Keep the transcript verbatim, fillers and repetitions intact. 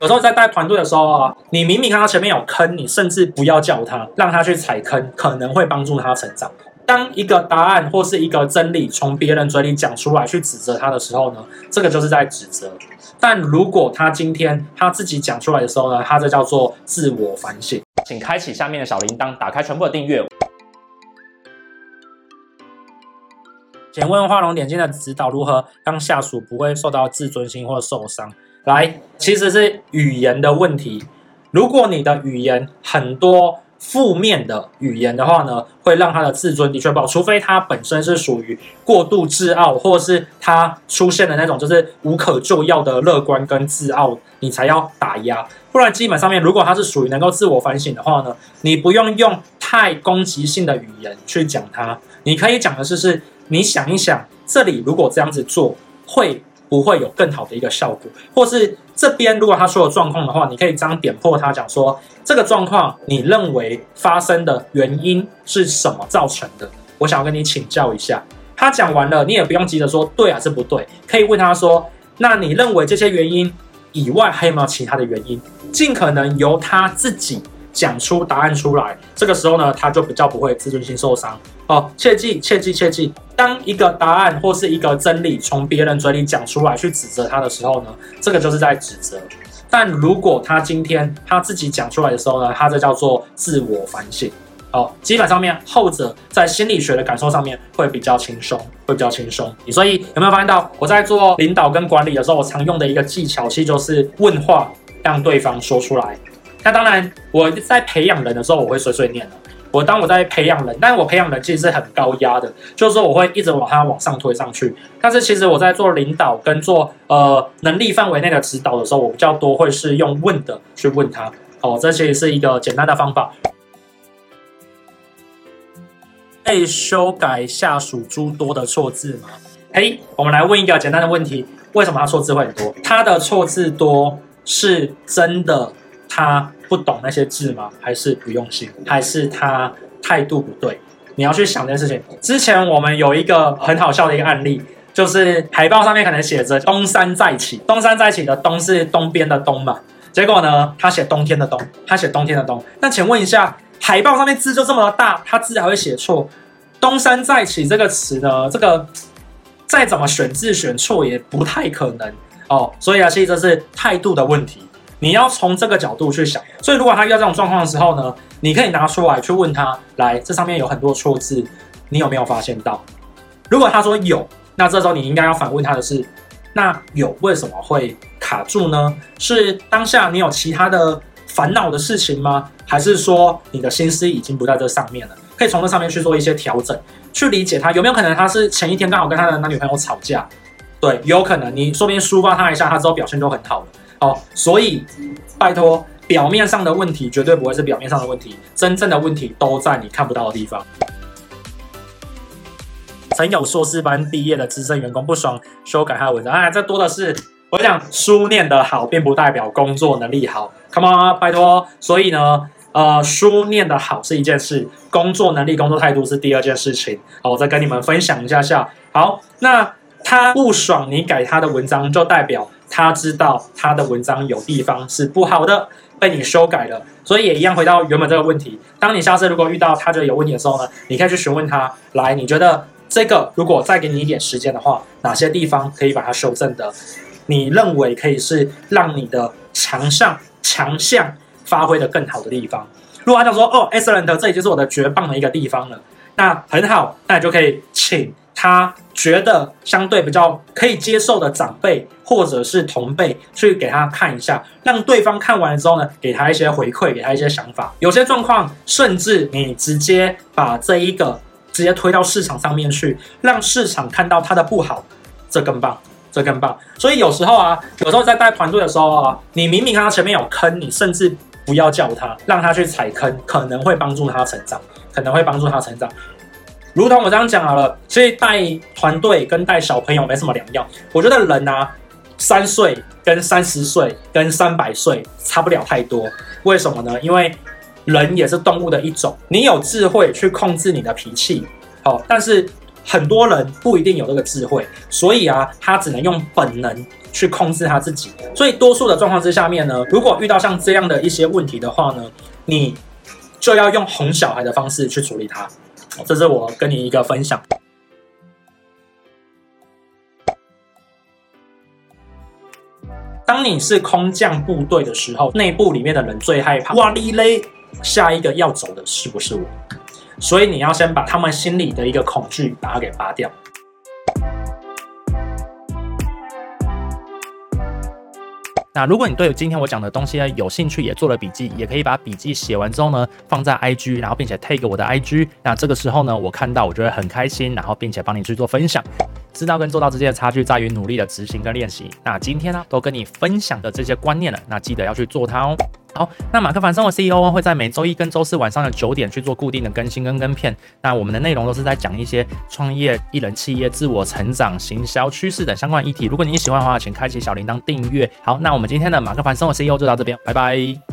有时候在带团队的时候啊，你明明看到前面有坑，你甚至不要叫他，让他去踩坑，可能会帮助他成长。当一个答案或是一个真理从别人嘴里讲出来去指责他的时候呢，这个就是在指责。但如果他今天他自己讲出来的时候呢，他这叫做自我反省。 请开启下面的小铃铛，打开全部的订阅。 请问画龙点睛的指导如何让下属不会受到自尊心或受伤？来，其实是语言的问题。如果你的语言很多负面的语言的话呢，会让他的自尊的确不好，除非他本身是属于过度自傲，或是他出现的那种就是无可救药的乐观跟自傲，你才要打压。不然基本上面，如果他是属于能够自我反省的话呢，你不用用太攻击性的语言去讲他，你可以讲的是是，你想一想，这里如果这样子做会不会有更好的一个效果，或是这边如果他说的状况的话，你可以这样点破他，讲说这个状况你认为发生的原因是什么造成的？我想要跟你请教一下。他讲完了，你也不用急着说对还是不对，可以问他说，那你认为这些原因以外还有没有其他的原因？尽可能由他自己讲出答案出来，这个时候呢，他就比较不会自尊心受伤。哦，切记切记切记，当一个答案或是一个真理从别人嘴里讲出来去指责他的时候呢，这个就是在指责。但如果他今天他自己讲出来的时候呢，他这叫做自我反省。哦，基本上面后者在心理学的感受上面会比较轻松，会比较轻松。所以有没有发现到我在做领导跟管理的时候，我常用的一个技巧，其实就是问话让对方说出来。那当然，我在培养人的时候，我会碎碎念的。我当我在培养人，但是我培养人其实是很高压的，就是说我会一直往他往上推上去。但是其实我在做领导跟做呃能力范围内的指导的时候，我比较多会是用问的去问他。哦，这其实是一个简单的方法。可以修改下属诸多的错字吗？嘿，我们来问一个简单的问题：为什么他错字会很多？他的错字多是真的他不懂那些字吗？还是不用心？还是他态度不对？你要去想这件事情。之前我们有一个很好笑的一个案例，就是海报上面可能写着东山再起，东山再起的东是东边的东嘛，结果呢，他写冬天的冬，他写冬天的冬。那请问一下，海报上面字就这么大，他字还会写错？东山再起这个词呢，这个再怎么选字选错也不太可能哦。所以啊，其实这是态度的问题。你要从这个角度去想，所以如果他遇到这种状况的时候呢，你可以拿出来去问他，来，这上面有很多错字，你有没有发现到？如果他说有，那这时候你应该要反问他的是，那有为什么会卡住呢？是当下你有其他的烦恼的事情吗？还是说你的心思已经不在这上面了？可以从这上面去做一些调整，去理解他有没有可能他是前一天刚好跟他的男女朋友吵架，对，有可能你说不定抒发他一下，他之后表现就很好了。哦，所以拜托，表面上的问题绝对不会是表面上的问题，真正的问题都在你看不到的地方。曾有硕士班毕业的资深员工不爽修改他的文章，哎，这多的是。我讲书念得好，并不代表工作能力好 ，Come on， 拜托。所以呢，呃，书念得好是一件事，工作能力、工作态度是第二件事情。好，我再跟你们分享一下下。好，那他不爽你改他的文章，就代表他知道他的文章有地方是不好的，被你修改了。所以也一样回到原本这个问题，当你下次如果遇到他觉得有问题的时候呢，你可以去询问他，来，你觉得这个如果再给你一点时间的话，哪些地方可以把它修正的？你认为可以是让你的强项强项发挥的更好的地方。如果他讲说哦 ，excellent， 这已经是我的绝棒的一个地方了，那很好，那你就可以请他觉得相对比较可以接受的长辈或者是同辈去给他看一下，让对方看完了之后呢，给他一些回馈，给他一些想法。有些状况，甚至你直接把这一个直接推到市场上面去，让市场看到他的不好，这更棒。这更棒，所以有时候啊，有时候在带团队的时候啊，你明明看到前面有坑，你甚至不要叫他，让他去踩坑，可能会帮助他成长，可能会帮助他成长。如同我这样讲好了，所以带团队跟带小朋友没什么两样。我觉得人啊，三岁跟三十岁跟三百岁差不了太多。为什么呢？因为人也是动物的一种，你有智慧去控制你的脾气，好，但是很多人不一定有这个智慧，所以啊，他只能用本能去控制他自己。所以多数的状况之下面呢，如果遇到像这样的一些问题的话呢，你就要用哄小孩的方式去处理它。这是我跟你一个分享。当你是空降部队的时候，内部里面的人最害怕，哇哩嘞，下一个要走的是不是我？所以你要先把他们心里的一个恐惧把它给拔掉。 那如果你对今天我讲的东西呢有兴趣，也做了笔记，也可以把笔记写完之后呢放在 I G， 然后并且 tag 我的 I G。那这个时候呢，我看到我就会很开心，然后并且帮你去做分享。知道跟做到之间的差距在于努力的执行跟练习。那今天呢，都跟你分享的这些观念了，那记得要去做它哦。好，那马克凡生活 C E O 会在每周一跟周四晚上的九点去做固定的更新跟跟片。那我们的内容都是在讲一些创业、艺人企业、自我成长、行销、趋势等相关议题。如果你喜欢的话，请开启小铃铛订阅。好，那我们今天的马克凡生活 C E O 就到这边，拜拜。